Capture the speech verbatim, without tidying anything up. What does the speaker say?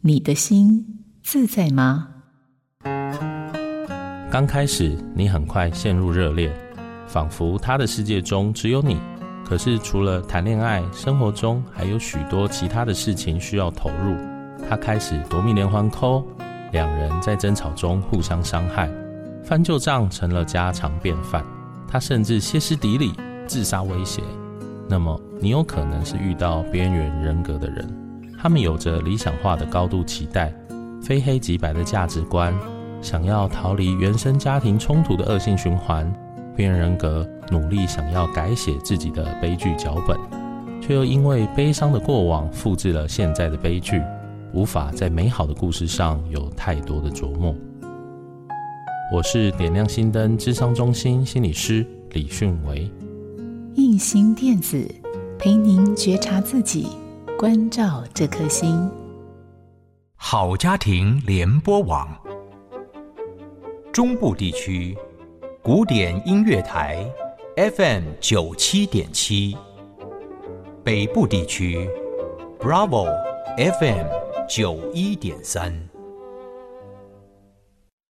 你的心自在吗？ 刚开始，你很快陷入热恋，仿佛他的世界中只有你。可是除了谈恋爱，生活中还有许多其他的事情需要投入。他开始夺命连环扣，两人在争吵中互相伤害，翻旧账成了家常便饭。他甚至歇斯底里，自杀威胁。那么，你有可能是遇到边缘人格的人，他们有着理想化的高度期待，非黑即白的价值观，想要逃离原生家庭冲突的恶性循环。边缘人格努力想要改写自己的悲剧脚本，却又因为悲伤的过往复制了现在的悲剧，无法在美好的故事上有太多的琢磨。我是点亮心灯諮商中心心理师李迅维， 映心电子陪您觉察自己，关照这颗心。 好家庭联播网，中部地区古典音乐台 F M 九七点七，北部地区 Bravo F M 九一点三。